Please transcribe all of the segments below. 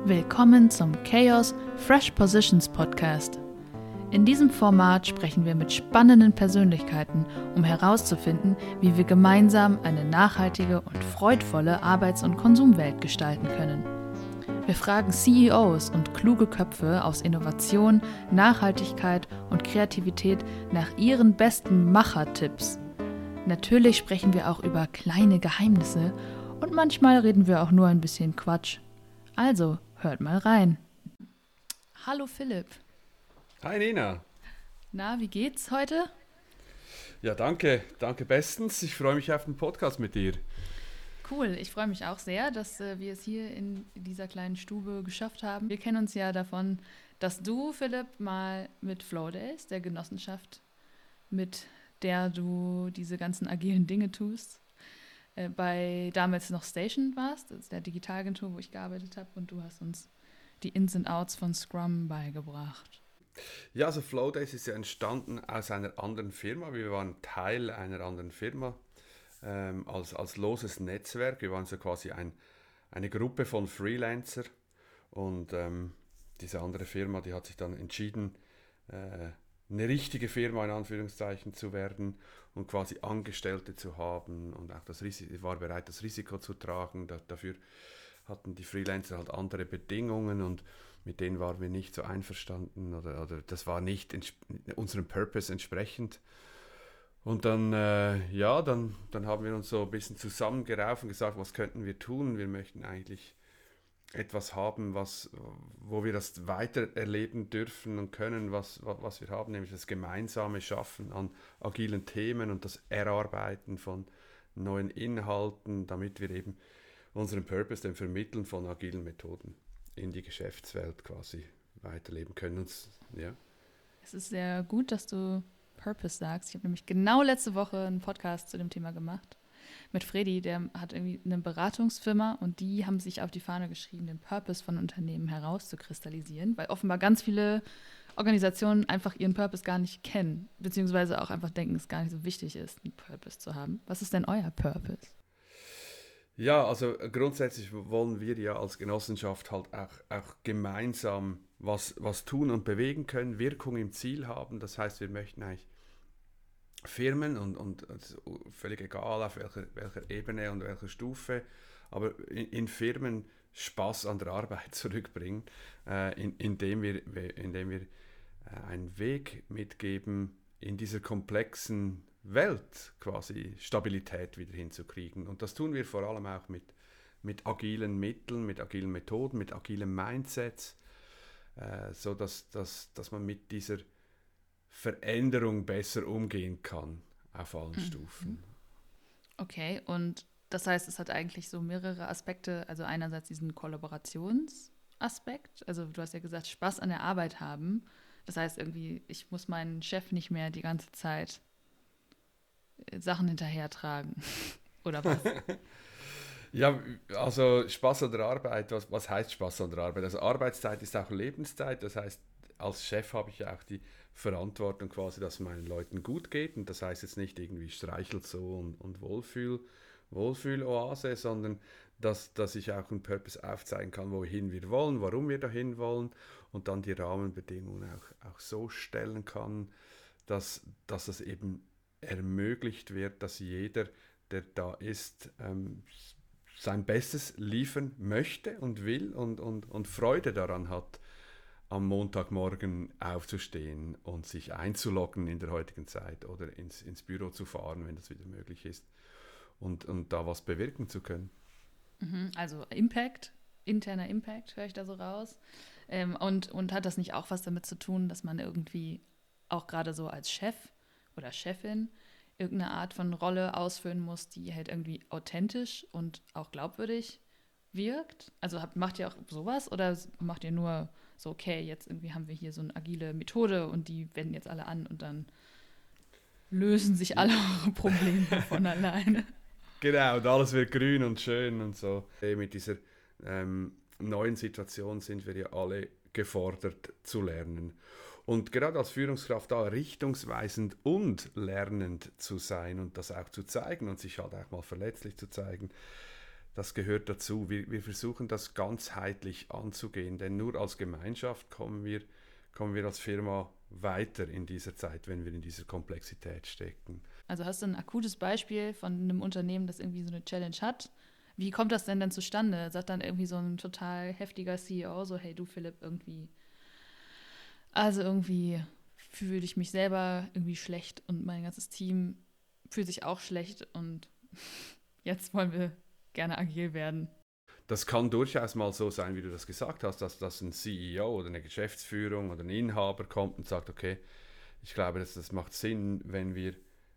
Willkommen zum Chaos Fresh Positions Podcast. In diesem Format sprechen wir mit spannenden Persönlichkeiten, um herauszufinden, wie wir gemeinsam eine nachhaltige und freudvolle Arbeits- und Konsumwelt gestalten können. Wir fragen CEOs und kluge Köpfe aus Innovation, Nachhaltigkeit und Kreativität nach ihren besten Machertipps. Natürlich sprechen wir auch über kleine Geheimnisse und manchmal reden wir auch nur ein bisschen Quatsch. Also, hört mal rein. Hallo Philipp. Hi Nina. Na, wie geht's heute? Ja, danke bestens. Ich freue mich auf den Podcast mit dir. Cool, ich freue mich auch sehr, dass wir es hier in dieser kleinen Stube geschafft haben. Wir kennen uns ja davon, dass du, Philipp, mal mit Flowdays, der Genossenschaft, mit der du diese ganzen agilen Dinge tust, bei damals noch Station warst, das ist der Digitalagentur, wo ich gearbeitet habe, und du hast uns die Ins und Outs von Scrum beigebracht. Ja, also Flowdays ist ja entstanden aus einer anderen Firma. Wir waren Teil einer anderen Firma als loses Netzwerk. Wir waren so quasi eine Gruppe von Freelancer und diese andere Firma, die hat sich dann entschieden, eine richtige Firma in Anführungszeichen zu werden und quasi Angestellte zu haben und auch war bereit, das Risiko zu tragen. Dafür hatten die Freelancer halt andere Bedingungen und mit denen waren wir nicht so einverstanden oder das war nicht unserem Purpose entsprechend. Und dann, dann haben wir uns so ein bisschen zusammengerauft und gesagt, was könnten wir tun? Wir möchten eigentlich etwas haben, wo wir das weiter erleben dürfen und können, was wir haben, nämlich das gemeinsame Schaffen an agilen Themen und das Erarbeiten von neuen Inhalten, damit wir eben unseren Purpose, den Vermitteln von agilen Methoden in die Geschäftswelt quasi weiterleben können. Ja. Es ist sehr gut, dass du Purpose sagst. Ich habe nämlich genau letzte Woche einen Podcast zu dem Thema gemacht mit Freddy, der hat irgendwie eine Beratungsfirma und die haben sich auf die Fahne geschrieben, den Purpose von Unternehmen herauszukristallisieren, weil offenbar ganz viele Organisationen einfach ihren Purpose gar nicht kennen, beziehungsweise auch einfach denken, es gar nicht so wichtig ist, einen Purpose zu haben. Was ist denn euer Purpose? Ja, also grundsätzlich wollen wir ja als Genossenschaft halt auch gemeinsam was tun und bewegen können, Wirkung im Ziel haben. Das heißt, wir möchten eigentlich Firmen und völlig egal auf welcher Ebene und welcher Stufe, aber in Firmen Spaß an der Arbeit zurückbringen, indem wir einen Weg mitgeben, in dieser komplexen Welt quasi Stabilität wieder hinzukriegen. Und das tun wir vor allem auch mit agilen Mitteln, mit agilen Methoden, mit agilen Mindsets, so dass man mit dieser Veränderung besser umgehen kann auf allen Stufen. Okay, und das heißt, es hat eigentlich so mehrere Aspekte, also einerseits diesen Kollaborationsaspekt, also du hast ja gesagt, Spaß an der Arbeit haben. Das heißt irgendwie, ich muss meinen Chef nicht mehr die ganze Zeit Sachen hinterhertragen. Oder was? Ja, also Spaß an der Arbeit, was heißt Spaß an der Arbeit? Also Arbeitszeit ist auch Lebenszeit, das heißt, als Chef habe ich auch die Verantwortung quasi, dass es meinen Leuten gut geht und das heißt jetzt nicht irgendwie streichelt so und Wohlfühl-Oase, sondern dass ich auch einen Purpose aufzeigen kann, wohin wir wollen, warum wir dahin wollen und dann die Rahmenbedingungen auch so stellen kann, dass es eben ermöglicht wird, dass jeder, der da ist, sein Bestes liefern möchte und will und Freude daran hat, am Montagmorgen aufzustehen und sich einzuloggen in der heutigen Zeit oder ins Büro zu fahren, wenn das wieder möglich ist und da was bewirken zu können. Also Impact, interner Impact, höre ich da so raus. Und hat das nicht auch was damit zu tun, dass man irgendwie auch gerade so als Chef oder Chefin irgendeine Art von Rolle ausfüllen muss, die halt irgendwie authentisch und auch glaubwürdig wirkt? Also macht ihr auch sowas oder macht ihr nur so, okay, jetzt irgendwie haben wir hier so eine agile Methode und die wenden jetzt alle an und dann lösen sich alle eure Probleme von alleine? Genau, und alles wird grün und schön und so. Mit dieser neuen Situation sind wir ja alle gefordert zu lernen. Und gerade als Führungskraft da richtungsweisend und lernend zu sein und das auch zu zeigen und sich halt auch mal verletzlich zu zeigen, das gehört dazu. Wir versuchen das ganzheitlich anzugehen, denn nur als Gemeinschaft kommen wir als Firma weiter in dieser Zeit, wenn wir in dieser Komplexität stecken. Also hast du ein akutes Beispiel von einem Unternehmen, das irgendwie so eine Challenge hat? Wie kommt das denn dann zustande? Sagt dann irgendwie so ein total heftiger CEO so, hey du Philipp, irgendwie fühle ich mich selber irgendwie schlecht und mein ganzes Team fühlt sich auch schlecht und jetzt wollen wir gerne agil werden. Das kann durchaus mal so sein, wie du das gesagt hast, dass ein CEO oder eine Geschäftsführung oder ein Inhaber kommt und sagt, okay, ich glaube, das macht Sinn, wenn wir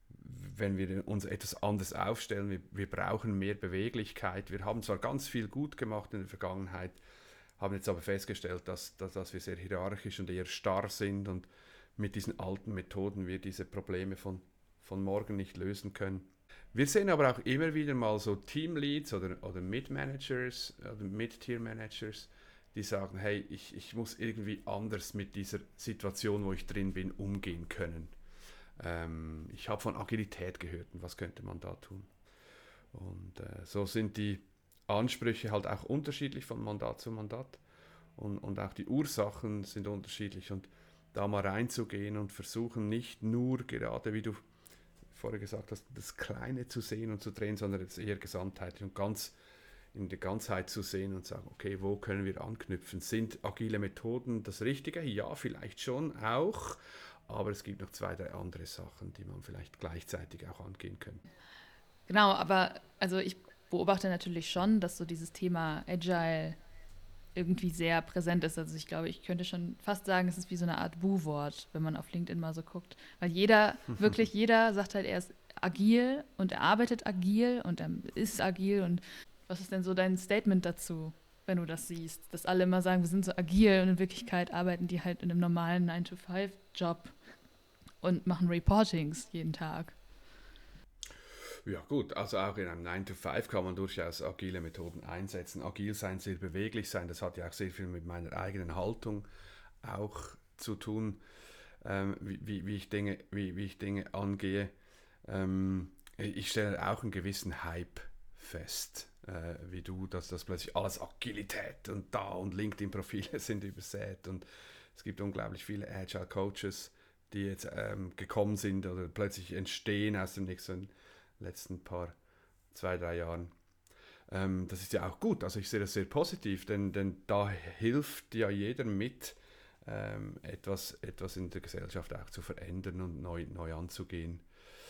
uns etwas anders aufstellen. Wir brauchen mehr Beweglichkeit. Wir haben zwar ganz viel gut gemacht in der Vergangenheit, haben jetzt aber festgestellt, dass wir sehr hierarchisch und eher starr sind und mit diesen alten Methoden wir diese Probleme von morgen nicht lösen können. Wir sehen aber auch immer wieder mal so Teamleads oder Mid-Managers oder Mid-Tier-Managers, die sagen, hey, ich muss irgendwie anders mit dieser Situation, wo ich drin bin, umgehen können. Ich habe von Agilität gehört und was könnte man da tun? Und so sind die Ansprüche halt auch unterschiedlich von Mandat zu Mandat und auch die Ursachen sind unterschiedlich und da mal reinzugehen und versuchen nicht nur gerade, wie du vorher gesagt hast, das Kleine zu sehen und zu drehen, sondern es eher gesamtheitlich und ganz in der Ganzheit zu sehen und sagen, okay, wo können wir anknüpfen? Sind agile Methoden das Richtige? Ja, vielleicht schon auch, aber es gibt noch 2, 3 andere Sachen, die man vielleicht gleichzeitig auch angehen könnte. Genau, aber also ich beobachte natürlich schon, dass so dieses Thema Agile irgendwie sehr präsent ist. Also ich glaube, ich könnte schon fast sagen, es ist wie so eine Art Bu-Wort, wenn man auf LinkedIn mal so guckt. Weil wirklich jeder sagt halt, er ist agil und er arbeitet agil und er ist agil. Und was ist denn so dein Statement dazu, wenn du das siehst? Dass alle immer sagen, wir sind so agil und in Wirklichkeit arbeiten die halt in einem normalen 9-to-5-Job und machen Reportings jeden Tag. Ja gut, also auch in einem 9-to-5 kann man durchaus agile Methoden einsetzen. Agil sein, sehr beweglich sein, das hat ja auch sehr viel mit meiner eigenen Haltung auch zu tun, wie ich Dinge angehe. Ich stelle auch einen gewissen Hype fest, wie du, dass das plötzlich alles Agilität und LinkedIn-Profile sind übersät und es gibt unglaublich viele Agile Coaches, die jetzt gekommen sind oder plötzlich entstehen aus dem letzten 2, 3 Jahren. Das ist ja auch gut, also ich sehe das sehr positiv, denn da hilft ja jeder mit, etwas in der Gesellschaft auch zu verändern und neu anzugehen.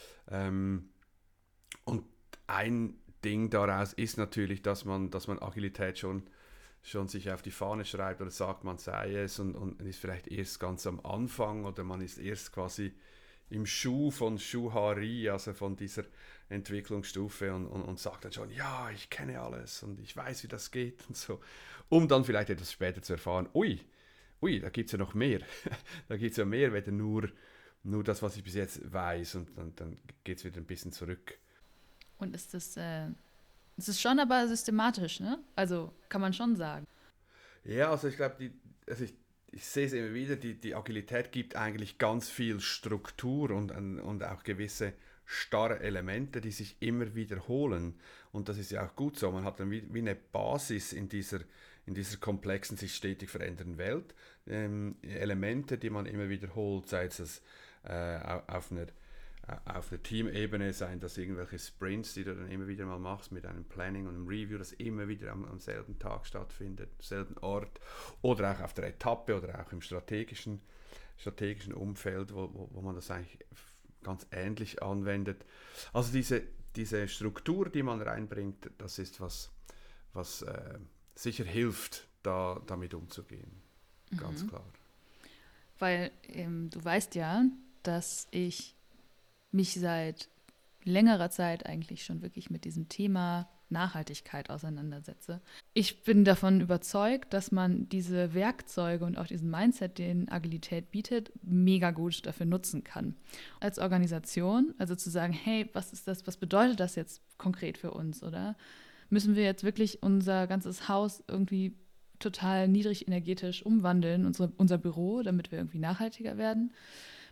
Und ein Ding daraus ist natürlich, dass man Agilität schon sich auf die Fahne schreibt oder sagt, man sei es und ist vielleicht erst ganz am Anfang oder man ist erst quasi im Schuh von Schuhari, also von dieser Entwicklungsstufe und sagt dann schon, ja, ich kenne alles und ich weiß, wie das geht und so, um dann vielleicht etwas später zu erfahren, ui, da gibt es ja noch mehr, da gibt es ja mehr, weder nur das, was ich bis jetzt weiß und dann geht es wieder ein bisschen zurück. Und es ist schon aber systematisch, ne? Also kann man schon sagen. Ja, also ich glaube, ich sehe es immer wieder, die Agilität gibt eigentlich ganz viel Struktur und auch gewisse starre Elemente, die sich immer wiederholen. Und das ist ja auch gut so. Man hat dann wie eine Basis in dieser komplexen, sich stetig verändernden Welt. Elemente, die man immer wiederholt, sei es auf einer Teamebene, seien das irgendwelche Sprints, die du dann immer wieder mal machst mit einem Planning und einem Review, das immer wieder am selben Tag stattfindet, am selben Ort oder auch auf der Etappe oder auch im strategischen Umfeld, wo man das eigentlich ganz ähnlich anwendet. Also diese Struktur, die man reinbringt, das ist was sicher hilft, damit umzugehen. Ganz klar. Weil du weißt ja, dass ich mich seit längerer Zeit eigentlich schon wirklich mit diesem Thema Nachhaltigkeit auseinandersetze. Ich bin davon überzeugt, dass man diese Werkzeuge und auch diesen Mindset, den Agilität bietet, mega gut dafür nutzen kann. Als Organisation, also zu sagen, hey, was ist das, was bedeutet das jetzt konkret für uns, oder? Müssen wir jetzt wirklich unser ganzes Haus irgendwie total niedrig energetisch umwandeln, unser Büro, damit wir irgendwie nachhaltiger werden?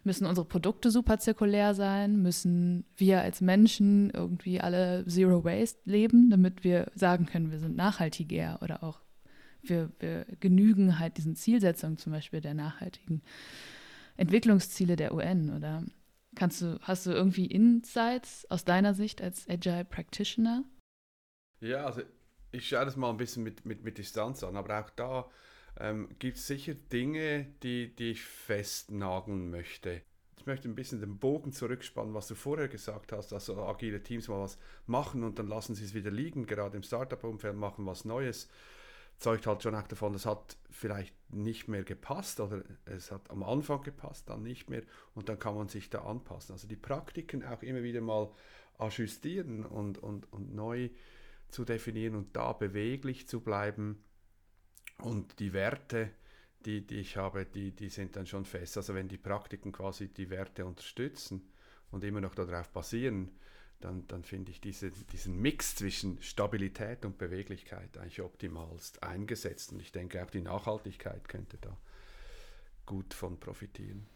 Müssen unsere Produkte super zirkulär sein? Müssen wir als Menschen irgendwie alle Zero Waste leben, damit wir sagen können, wir sind nachhaltiger oder auch wir genügen halt diesen Zielsetzungen, zum Beispiel der nachhaltigen Entwicklungsziele der UN? Oder hast du irgendwie Insights aus deiner Sicht als Agile Practitioner? Ja, also ich schaue das mal ein bisschen mit Distanz an, aber auch da gibt es sicher Dinge, die ich festnageln möchte. Ich möchte ein bisschen den Bogen zurückspannen, was du vorher gesagt hast, dass so agile Teams mal was machen und dann lassen sie es wieder liegen, gerade im Startup-Umfeld machen was Neues. Zeugt halt schon auch davon, das hat vielleicht nicht mehr gepasst oder es hat am Anfang gepasst, dann nicht mehr und dann kann man sich da anpassen. Also die Praktiken auch immer wieder mal ajustieren und neu zu definieren und da beweglich zu bleiben. Und die Werte, die ich habe, die sind dann schon fest. Also wenn die Praktiken quasi die Werte unterstützen und immer noch darauf basieren, dann finde ich diesen Mix zwischen Stabilität und Beweglichkeit eigentlich optimalst eingesetzt. Und ich denke, auch die Nachhaltigkeit könnte da gut von profitieren.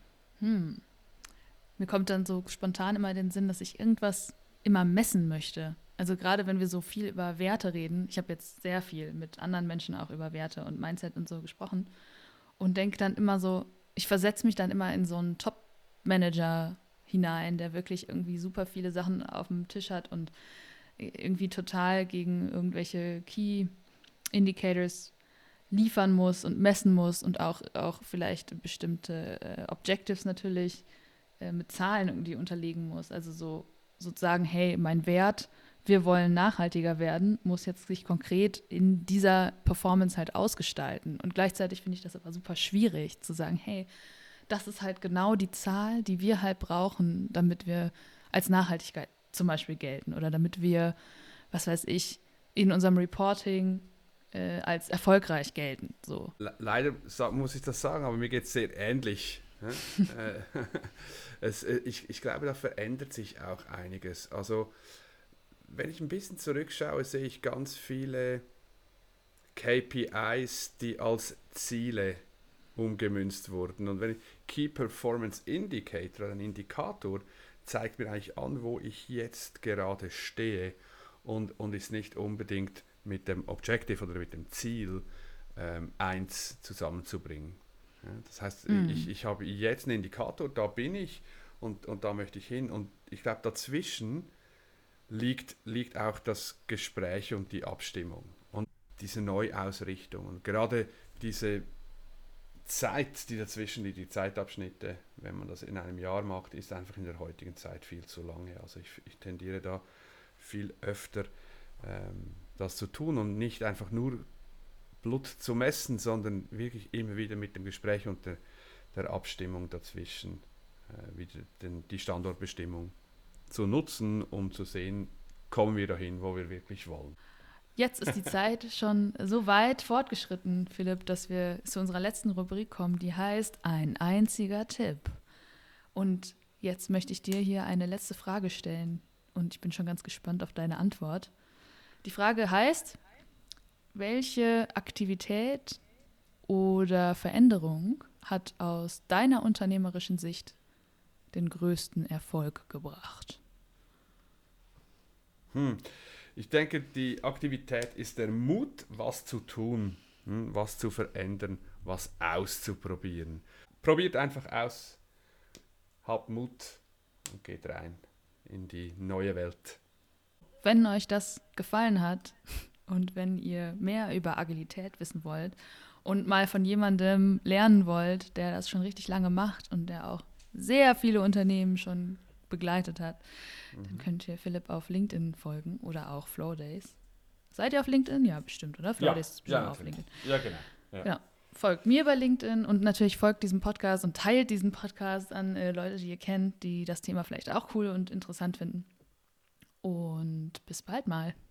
Mir kommt dann so spontan immer in den Sinn, dass ich irgendwas immer messen möchte. Also gerade wenn wir so viel über Werte reden, ich habe jetzt sehr viel mit anderen Menschen auch über Werte und Mindset und so gesprochen und denke dann immer so, ich versetze mich dann immer in so einen Top-Manager hinein, der wirklich irgendwie super viele Sachen auf dem Tisch hat und irgendwie total gegen irgendwelche Key Indicators liefern muss und messen muss und auch vielleicht bestimmte Objectives natürlich mit Zahlen irgendwie unterlegen muss. Also so sozusagen, hey, mein Wert, wir wollen nachhaltiger werden, muss jetzt sich konkret in dieser Performance halt ausgestalten. Und gleichzeitig finde ich das aber super schwierig zu sagen, hey, das ist halt genau die Zahl, die wir halt brauchen, damit wir als Nachhaltigkeit zum Beispiel gelten oder damit wir, was weiß ich, in unserem Reporting als erfolgreich gelten. So. Leider muss ich das sagen, aber mir geht es sehr ähnlich. Ich glaube, da verändert sich auch einiges. Also wenn ich ein bisschen zurückschaue, sehe ich ganz viele KPIs, die als Ziele umgemünzt wurden. Und wenn ich Key Performance Indicator, ein Indikator, zeigt mir eigentlich an, wo ich jetzt gerade stehe und ist nicht unbedingt mit dem Objective oder mit dem Ziel eins zusammenzubringen. Ja, das heißt, ich habe jetzt einen Indikator, da bin ich und da möchte ich hin. Und ich glaube, dazwischen liegt auch das Gespräch und die Abstimmung und diese Neuausrichtung. Und gerade diese Zeit, die dazwischen liegt, die Zeitabschnitte, wenn man das in einem Jahr macht, ist einfach in der heutigen Zeit viel zu lange. Also ich tendiere da viel öfter das zu tun und nicht einfach nur Blut zu messen, sondern wirklich immer wieder mit dem Gespräch und der Abstimmung dazwischen wieder die Standortbestimmung zu nutzen, um zu sehen, kommen wir dahin, wo wir wirklich wollen. Jetzt ist die Zeit schon so weit fortgeschritten, Philipp, dass wir zu unserer letzten Rubrik kommen, die heißt Ein einziger Tipp. Und jetzt möchte ich dir hier eine letzte Frage stellen und ich bin schon ganz gespannt auf deine Antwort. Die Frage heißt, welche Aktivität oder Veränderung hat aus deiner unternehmerischen Sicht den größten Erfolg gebracht? Ich denke, die Aktivität ist der Mut, was zu tun, was zu verändern, was auszuprobieren. Probiert einfach aus, habt Mut und geht rein in die neue Welt. Wenn euch das gefallen hat und wenn ihr mehr über Agilität wissen wollt und mal von jemandem lernen wollt, der das schon richtig lange macht und der auch sehr viele Unternehmen schon begleitet hat, dann könnt ihr Philipp auf LinkedIn folgen oder auch Flowdays. Seid ihr auf LinkedIn? Ja, bestimmt, oder? Flowdays ist bestimmt auf LinkedIn. Ja, genau. Ja. Folgt mir bei LinkedIn und natürlich folgt diesem Podcast und teilt diesen Podcast an Leute, die ihr kennt, die das Thema vielleicht auch cool und interessant finden. Und bis bald mal.